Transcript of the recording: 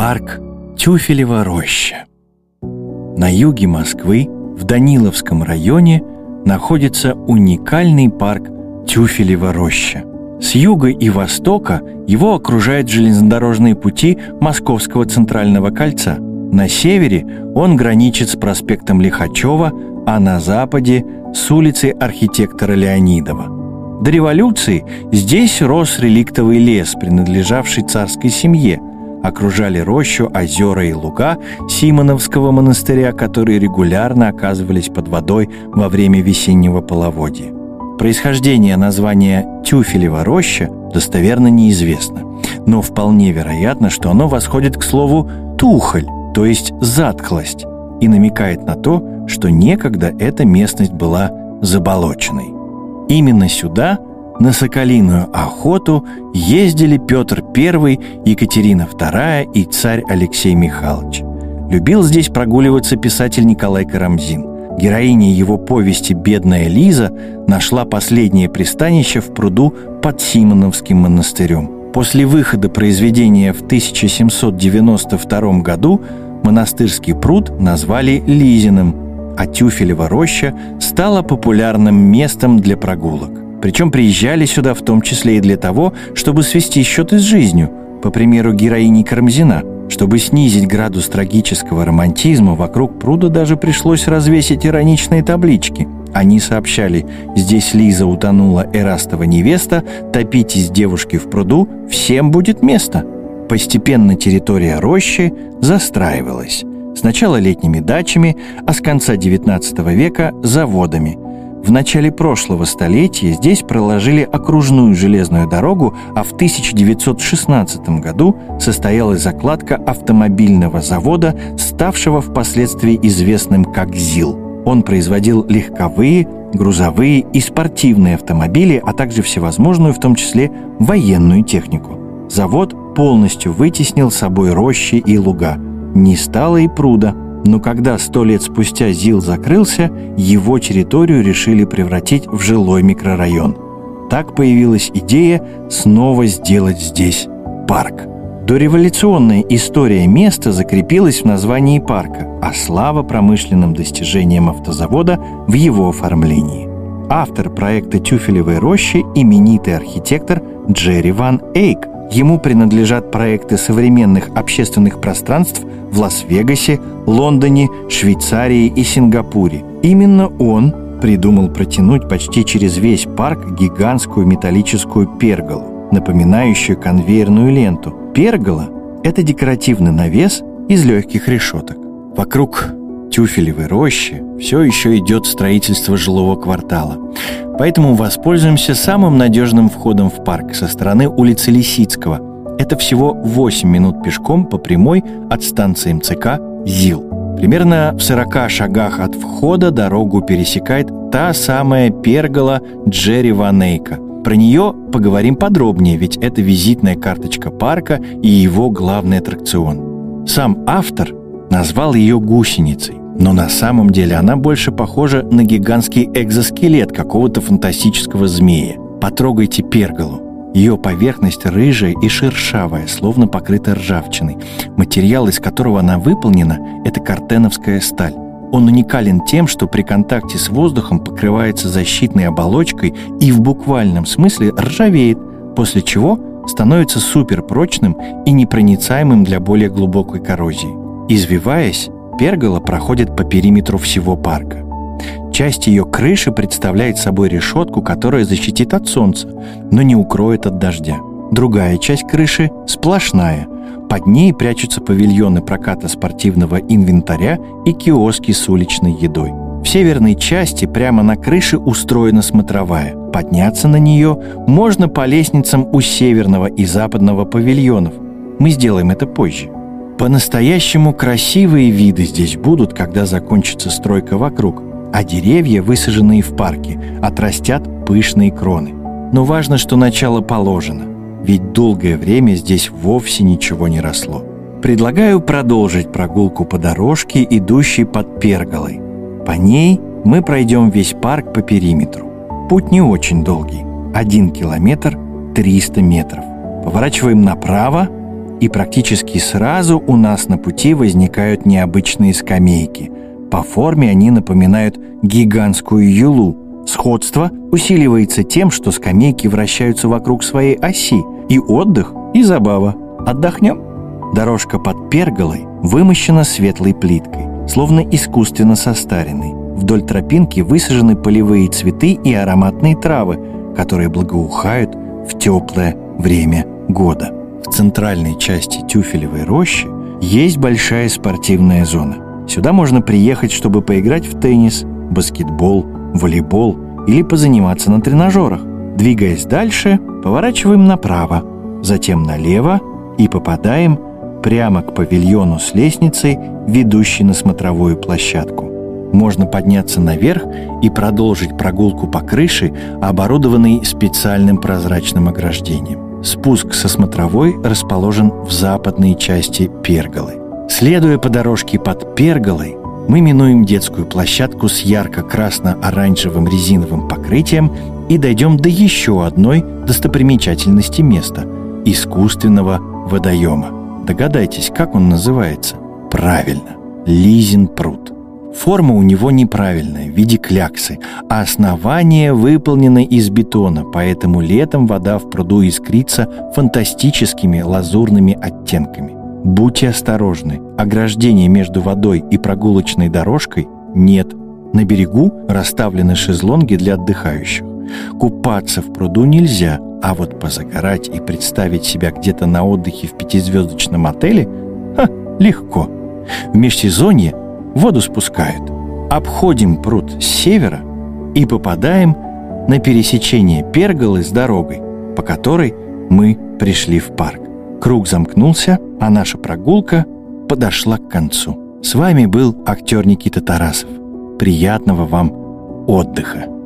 Парк Тюфелева роща. На юге Москвы, в Даниловском районе, находится уникальный парк Тюфелева роща. С юга и востока его окружают железнодорожные пути Московского центрального кольца. На севере он граничит с проспектом Лихачева, а на западе – с улицей архитектора Леонидова. До революции здесь рос реликтовый лес, принадлежавший царской семье. Окружали рощу озера и луга Симоновского монастыря, которые регулярно оказывались под водой во время весеннего половодья. Происхождение названия Тюфелева роща достоверно неизвестно, но вполне вероятно, что оно восходит к слову «тухоль», то есть «затхлость», и намекает на то, что некогда эта местность была заболоченной. Именно сюда, на соколиную охоту, ездили Петр I, Екатерина II и царь Алексей Михайлович. Любил здесь прогуливаться писатель Николай Карамзин. Героиня его повести «Бедная Лиза» нашла последнее пристанище в пруду под Симоновским монастырем. После выхода произведения в 1792 году монастырский пруд назвали Лизиным, а Тюфелева роща стала популярным местом для прогулок. Причем приезжали сюда в том числе и для того, чтобы свести счеты с жизнью, по примеру героини Карамзина. Чтобы снизить градус трагического романтизма, вокруг пруда даже пришлось развесить ироничные таблички. Они сообщали: «Здесь Лиза утонула, Эрастова невеста, топитесь, девушки, в пруду, всем будет место». Постепенно территория рощи застраивалась. Сначала летними дачами, а с конца XIX века – заводами. В начале прошлого столетия здесь проложили окружную железную дорогу, а в 1916 году состоялась закладка автомобильного завода, ставшего впоследствии известным как ЗИЛ. Он производил легковые, грузовые и спортивные автомобили, а также всевозможную, в том числе военную технику. Завод полностью вытеснил собой рощи и луга. Не стало и пруда. Но когда 100 лет спустя ЗИЛ закрылся, его территорию решили превратить в жилой микрорайон. Так появилась идея снова сделать здесь парк. Дореволюционная история места закрепилась в названии парка, а слава промышленным достижениям автозавода в его оформлении. Автор проекта Тюфелевой рощи – именитый архитектор Джерри Ван Эйк. Ему принадлежат проекты современных общественных пространств в Лас-Вегасе, Лондоне, Швейцарии и Сингапуре. Именно он придумал протянуть почти через весь парк гигантскую металлическую перголу, напоминающую конвейерную ленту. Пергола – это декоративный навес из легких решеток. Вокруг Тюфелевой рощи все еще идет строительство жилого квартала. Поэтому воспользуемся самым надежным входом в парк со стороны улицы Лисицкого. Это всего 8 минут пешком по прямой от станции МЦК ЗИЛ. Примерно в 40 шагах от входа дорогу пересекает та самая пергола Джерри Ван Эйка. Про нее поговорим подробнее, ведь это визитная карточка парка и его главный аттракцион. Сам автор назвал ее гусеницей, но на самом деле она больше похожа на гигантский экзоскелет какого-то фантастического змея. Потрогайте перголу. Ее поверхность рыжая и шершавая, словно покрыта ржавчиной. Материал, из которого она выполнена, это картеновская сталь. Он уникален тем, что при контакте с воздухом покрывается защитной оболочкой и в буквальном смысле ржавеет, после чего становится суперпрочным и непроницаемым для более глубокой коррозии. Извиваясь, пергола проходит по периметру всего парка. Часть ее крыши представляет собой решетку, которая защитит от солнца, но не укроет от дождя. Другая часть крыши сплошная. Под ней прячутся павильоны проката спортивного инвентаря и киоски с уличной едой. В северной части прямо на крыше устроена смотровая. Подняться на нее можно по лестницам у северного и западного павильонов. Мы сделаем это позже. По-настоящему красивые виды здесь будут, когда закончится стройка вокруг, а деревья, высаженные в парке, отрастят пышные кроны. Но важно, что начало положено, ведь долгое время здесь вовсе ничего не росло. Предлагаю продолжить прогулку по дорожке, идущей под перголой. По ней мы пройдем весь парк по периметру. Путь не очень долгий – 1 километр 300 метров. Поворачиваем направо И практически сразу у нас на пути возникают необычные скамейки. По форме они напоминают гигантскую юлу. Сходство усиливается тем, что скамейки вращаются вокруг своей оси. И отдых, и забава. Отдохнем? Дорожка под перголой вымощена светлой плиткой, словно искусственно состаренной. Вдоль тропинки высажены полевые цветы и ароматные травы, которые благоухают в теплое время года. В центральной части Тюфелевой рощи есть большая спортивная зона. Сюда можно приехать, чтобы поиграть в теннис, баскетбол, волейбол или позаниматься на тренажерах. Двигаясь дальше, поворачиваем направо, затем налево и попадаем прямо к павильону с лестницей, ведущей на смотровую площадку. Можно подняться наверх и продолжить прогулку по крыше, оборудованной специальным прозрачным ограждением. Спуск со смотровой расположен в западной части перголы. Следуя по дорожке под перголой, мы минуем детскую площадку с ярко-красно-оранжевым резиновым покрытием и дойдем до еще одной достопримечательности места – искусственного водоема. Догадайтесь, как он называется? Правильно – Лизин пруд. Форма у него неправильная, в виде кляксы, а основание выполнено из бетона, поэтому летом вода в пруду искрится фантастическими лазурными оттенками. Будьте осторожны, ограждения между водой и прогулочной дорожкой нет. На берегу расставлены шезлонги для отдыхающих. Купаться в пруду нельзя, а вот позагорать и представить себя где-то на отдыхе в 5-звездочном отеле – легко. В межсезонье воду спускают. Обходим пруд с севера и попадаем на пересечение перголы с дорогой, по которой мы пришли в парк. Круг замкнулся, а наша прогулка подошла к концу. С вами был актер Никита Тарасов. Приятного вам отдыха!